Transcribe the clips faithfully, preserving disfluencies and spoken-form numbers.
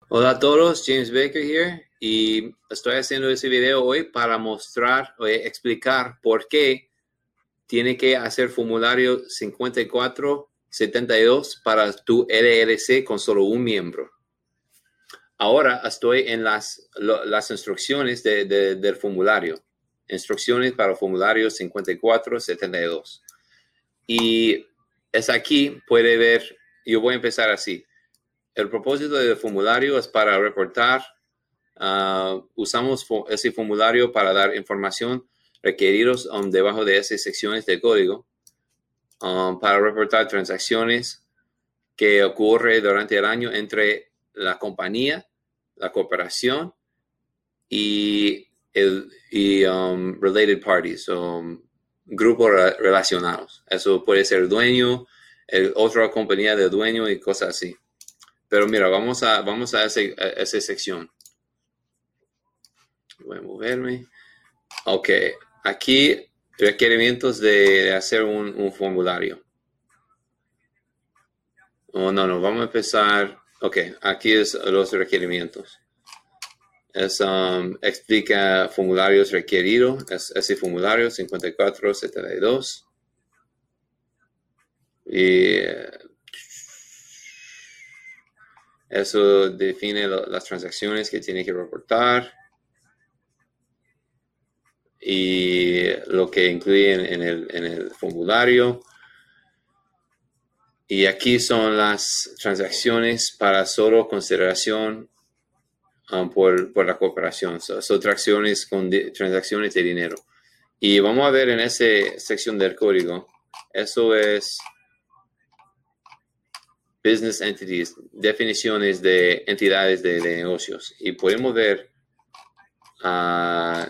Hola a todos, James Baker here y estoy haciendo este video hoy para mostrar o explicar por qué tiene que hacer formulario cincuenta y cuatro setenta y dos para tu L L C con solo un miembro. Ahora estoy en las, las instrucciones de, de, del formulario. Instrucciones para el formulario cincuenta y cuatro setenta y dos. Y es aquí, puede ver, yo voy a empezar así. El propósito del formulario es para reportar. Uh, usamos ese formulario para dar información requeridos um, debajo de esas secciones de código um, para reportar transacciones que ocurren durante el año entre la compañía, la corporación y, el, y um, related parties, um, grupos relacionados. Eso puede ser el dueño, el, otra compañía del dueño y cosas así. Pero mira, vamos a, vamos a, ese, a esa sección. Voy a moverme. Ok, aquí requerimientos de hacer un, un formulario. Oh, no, no, vamos a empezar. Ok, aquí es los requerimientos. Es, um, explica formularios requeridos. Es ese formulario cincuenta y cuatro setenta y dos. Y eso define lo, las transacciones que tiene que reportar y lo que incluye en, en, el, en el formulario. Y aquí son las transacciones para solo consideración um, por, por la cooperación. Son so, so transacciones con de, transacciones de dinero. Y vamos a ver en esa sección del código. Eso es business entities, definiciones de entidades de, de negocios. Y podemos ver uh,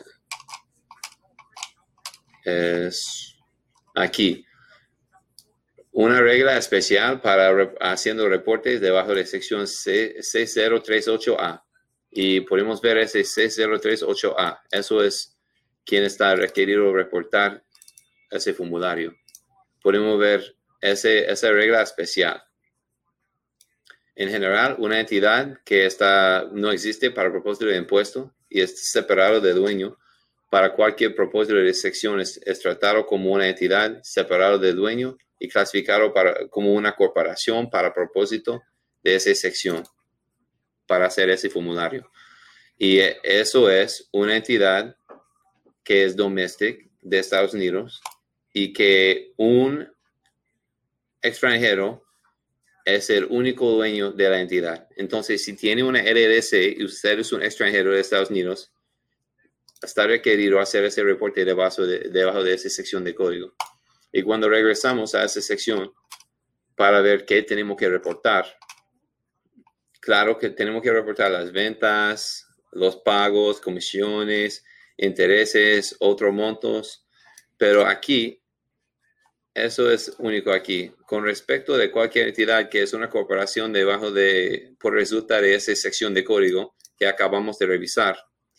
es aquí una regla especial para re, haciendo reportes debajo de sección C cero treinta y ocho A. Y podemos ver ese C cero treinta y ocho A. Eso es quien está requerido reportar ese formulario. Podemos ver ese, esa regla especial. En general, una entidad que está, no existe para propósito de impuesto y es separado de dueño, para cualquier propósito de sección es, es tratado como una entidad separada del dueño y clasificado para, como una corporación para propósito de esa sección para hacer ese formulario. Y eso es una entidad que es domestic de Estados Unidos y que un extranjero es el único dueño de la entidad. Entonces, si tiene una L L C y usted es un extranjero de Estados Unidos, está requerido hacer ese reporte debajo de, debajo de esa sección de código. Y cuando regresamos a esa sección para ver qué tenemos que reportar, claro que tenemos que reportar las ventas, los pagos, comisiones, intereses, otros montos, pero aquí, eso es único aquí. Con respecto de cualquier entidad que es una corporación debajo de, por resulta de esa sección de código que acabamos de revisar,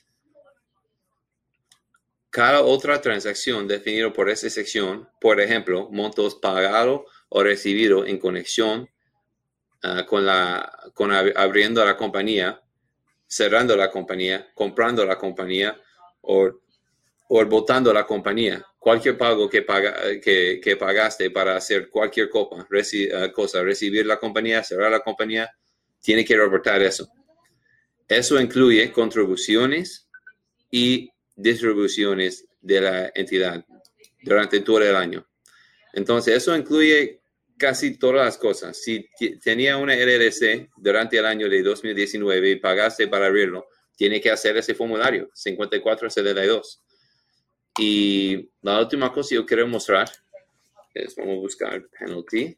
cada otra transacción definida por esa sección, por ejemplo, montos pagados o recibidos en conexión uh, con, la, con ab abriendo la compañía, cerrando la compañía, comprando la compañía o, o votando la compañía. Cualquier pago que, paga, que, que pagaste para hacer cualquier cosa, reci uh, cosa, recibir la compañía, cerrar la compañía, tiene que reportar eso. Eso incluye contribuciones y distribuciones de la entidad durante todo el año. Entonces, eso incluye casi todas las cosas. Si tenía una L L C durante el año de dos mil diecinueve y pagaste para abrirlo, tiene que hacer ese formulario, cincuenta y cuatro setenta y dos. Y la última cosa que yo quiero mostrar es, vamos a buscar penalty.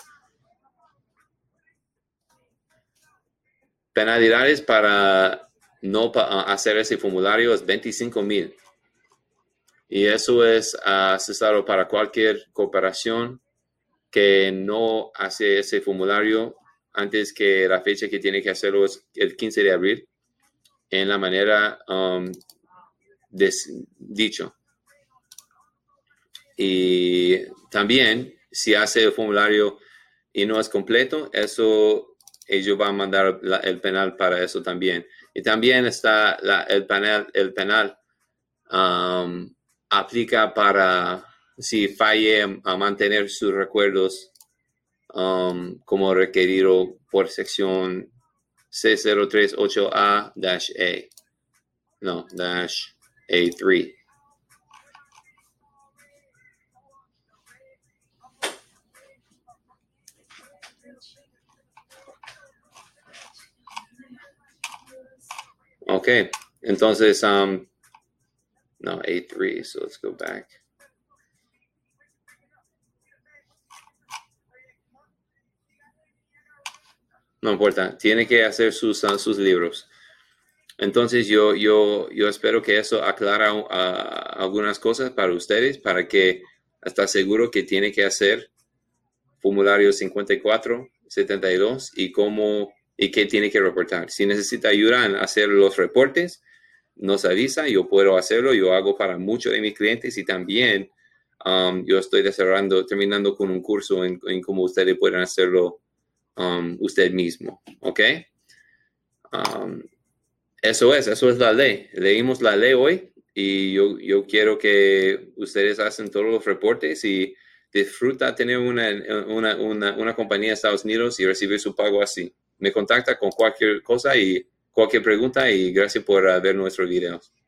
Penalidades para no hacer ese formulario es veinticinco mil. Y eso es accesado uh, para cualquier cooperación que no hace ese formulario antes que la fecha que tiene que hacerlo es el quince de abril, en la manera um, dicho. Y también, si hace el formulario y no es completo, eso ellos van a mandar la, el penal para eso también. Y también está la, el penal, el penal um, aplica para si falle a mantener sus recuerdos um, como requerido por sección C cero tres ocho A A. No, dash A tres. Ok, entonces, um, no, A tres, so let's go back. No importa, tiene que hacer sus, uh, sus libros. Entonces, yo, yo, yo espero que eso aclara uh, algunas cosas para ustedes, para que está seguro que tiene que hacer formulario cincuenta y cuatro setenta y dos y cómo y qué tiene que reportar. Si necesita ayuda en hacer los reportes, nos avisa, yo puedo hacerlo, yo hago para muchos de mis clientes y también um, yo estoy desarrollando, terminando con un curso en, en cómo ustedes pueden hacerlo um, usted mismo, ¿ok? Um, eso es, eso es la ley. Leímos la ley hoy y yo, yo quiero que ustedes hacen todos los reportes y disfruta tener una, una, una, una compañía de Estados Unidos y recibir su pago así. Me contacta con cualquier cosa y cualquier pregunta y gracias por uh, ver nuestros videos.